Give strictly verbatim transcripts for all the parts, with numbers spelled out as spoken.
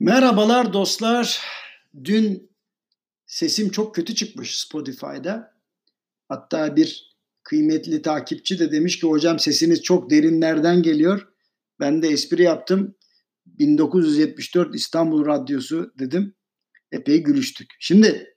Merhabalar dostlar. Dün sesim çok kötü çıkmış Spotify'da. Hatta bir kıymetli takipçi de demiş ki hocam sesiniz çok derinlerden geliyor. Ben de espri yaptım. bin dokuz yüz yetmiş dört İstanbul Radyosu dedim. Epey gülüştük. Şimdi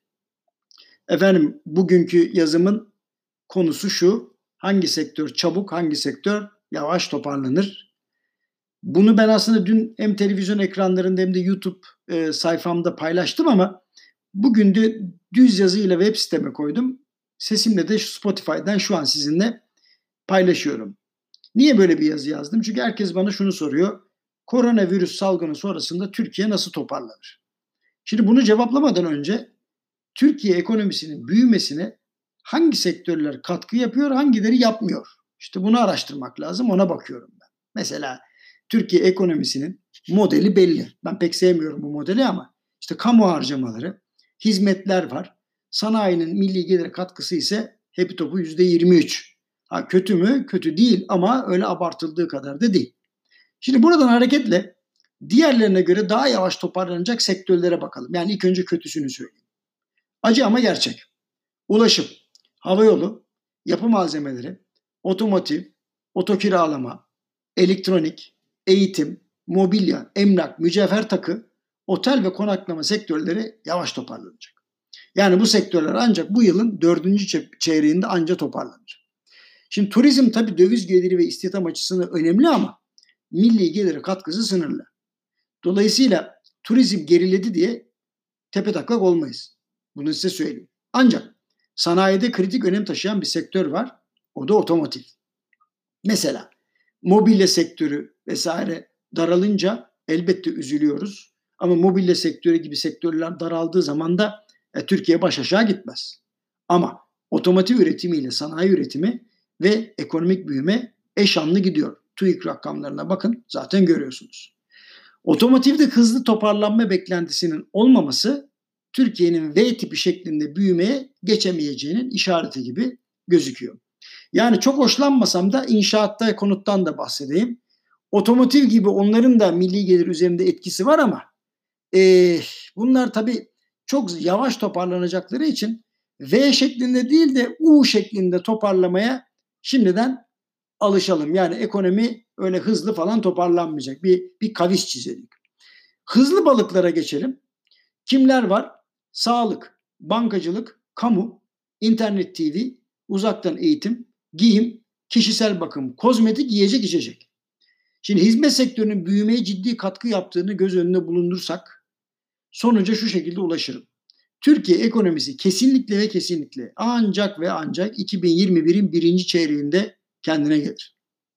efendim bugünkü yazımın konusu şu. Hangi sektör çabuk, hangi sektör yavaş toparlanır? Bunu ben aslında dün hem televizyon ekranlarında hem de YouTube e, sayfamda paylaştım ama bugün de düz yazıyla web siteme koydum. Sesimle de Spotify'dan şu an sizinle paylaşıyorum. Niye böyle bir yazı yazdım? Çünkü herkes bana şunu soruyor. Koronavirüs salgını sonrasında Türkiye nasıl toparlanır? Şimdi bunu cevaplamadan önce Türkiye ekonomisinin büyümesine hangi sektörler katkı yapıyor, hangileri yapmıyor? İşte bunu araştırmak lazım, ona bakıyorum ben. Mesela Türkiye ekonomisinin modeli belli. Ben pek sevmiyorum bu modeli ama işte kamu harcamaları, hizmetler var. Sanayinin milli gelire katkısı ise hepi topu yüzde yirmi üç. Ha, kötü mü? Kötü değil ama öyle abartıldığı kadar da değil. Şimdi buradan hareketle diğerlerine göre daha yavaş toparlanacak sektörlere bakalım. Yani ilk önce kötüsünü söyleyeyim. Acı ama gerçek. Ulaşım, havayolu, yapı malzemeleri, otomotiv, otokiralama, elektronik, eğitim, mobilya, emlak, mücevher takı, otel ve konaklama sektörleri yavaş toparlanacak. Yani bu sektörler ancak bu yılın dördüncü çeyreğinde ancak toparlanır. Şimdi turizm tabii döviz geliri ve istihdam açısından önemli ama milli geliri katkısı sınırlı. Dolayısıyla turizm geriledi diye tepetaklak olmayız. Bunu size söyleyeyim. Ancak sanayide kritik önem taşıyan bir sektör var. O da otomotiv. Mesela mobilya sektörü vesaire daralınca elbette üzülüyoruz. Ama mobilya sektörü gibi sektörler daraldığı zaman da e, Türkiye baş aşağı gitmez. Ama otomotiv üretimiyle sanayi üretimi ve ekonomik büyüme eş anlı gidiyor. TÜİK rakamlarına bakın, zaten görüyorsunuz. Otomotivde hızlı toparlanma beklentisinin olmaması Türkiye'nin V tipi şeklinde büyümeye geçemeyeceğinin işareti gibi gözüküyor. Yani çok hoşlanmasam da inşaatta, konuttan da bahsedeyim. Otomotiv gibi onların da milli gelir üzerinde etkisi var ama e, bunlar tabii çok yavaş toparlanacakları için V şeklinde değil de U şeklinde toparlamaya şimdiden alışalım. Yani ekonomi öyle hızlı falan toparlanmayacak. Bir, bir kavis çizelim. Hızlı balıklara geçelim. Kimler var? Sağlık, bankacılık, kamu, internet T V, uzaktan eğitim, giyim, kişisel bakım, kozmetik, yiyecek, içecek. Şimdi hizmet sektörünün büyümeye ciddi katkı yaptığını göz önüne bulundursak sonuca şu şekilde ulaşırım. Türkiye ekonomisi kesinlikle ve kesinlikle ancak ve ancak iki bin yirmi birin birinci çeyreğinde kendine gelir.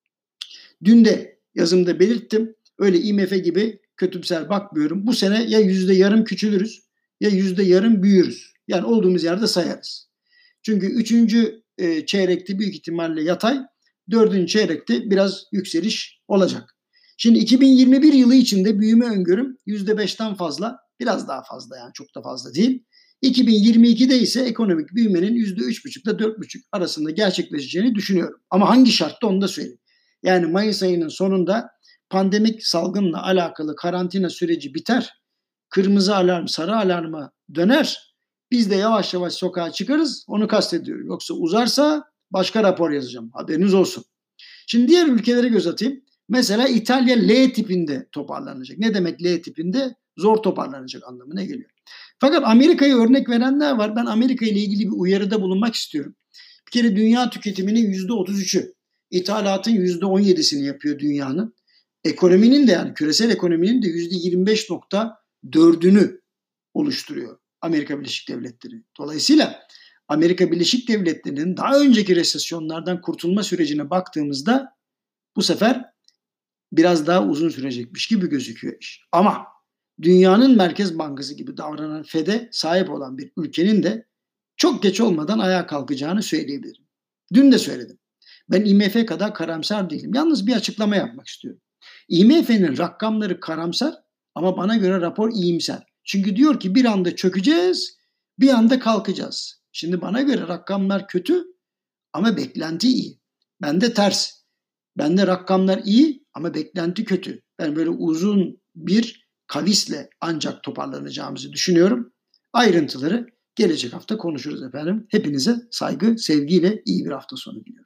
Dün de yazımda belirttim. Öyle I M F gibi kötümser bakmıyorum. Bu sene ya yüzde yarım küçülürüz ya yüzde yarım büyürüz. Yani olduğumuz yerde sayarız. Çünkü üçüncü e, çeyrekte büyük ihtimalle yatay, dördüncü çeyrekte biraz yükseliş olacak. Şimdi iki bin yirmi bir yılı içinde büyüme öngörüm yüzde beşten fazla, biraz daha fazla, yani çok da fazla değil. iki bin yirmi ikide ise ekonomik büyümenin yüzde üç buçuk ile dört buçuk arasında gerçekleşeceğini düşünüyorum. Ama hangi şartta onu da söyleyeyim. Yani Mayıs ayının sonunda pandemik salgınla alakalı karantina süreci biter. Kırmızı alarm sarı alarma döner. Biz de yavaş yavaş sokağa çıkarız. Onu kastediyorum. Yoksa uzarsa başka rapor yazacağım. Haberiniz olsun. Şimdi diğer ülkelere göz atayım. Mesela İtalya L tipinde toparlanacak. Ne demek L tipinde? Zor toparlanacak anlamına geliyor. Fakat Amerika'yı örnek verenler var. Ben Amerika ile ilgili bir uyarıda bulunmak istiyorum. Bir kere dünya tüketiminin yüzde otuz üçü, ithalatın yüzde on yedisini yapıyor dünyanın. Ekonominin de, yani küresel ekonominin de yüzde yirmi beş nokta dördünü oluşturuyor Amerika Birleşik Devletleri. Dolayısıyla Amerika Birleşik Devletleri'nin daha önceki resesyonlardan kurtulma sürecine baktığımızda bu sefer biraz daha uzun sürecekmiş gibi gözüküyor iş. Ama dünyanın merkez bankası gibi davranan Fed'e sahip olan bir ülkenin de çok geç olmadan ayağa kalkacağını söyleyebilirim. Dün de söyledim. Ben I M F kadar karamsar değilim. Yalnız bir açıklama yapmak istiyorum. I M F'nin rakamları karamsar ama bana göre rapor iyimser. Çünkü diyor ki bir anda çökeceğiz, bir anda kalkacağız. Şimdi bana göre rakamlar kötü ama beklenti iyi. Bende ters. Bende rakamlar iyi ama beklenti kötü. Ben böyle uzun bir kavisle ancak toparlanacağımızı düşünüyorum. Ayrıntıları gelecek hafta konuşuruz efendim. Hepinize saygı, sevgiyle iyi bir hafta sonu diliyorum.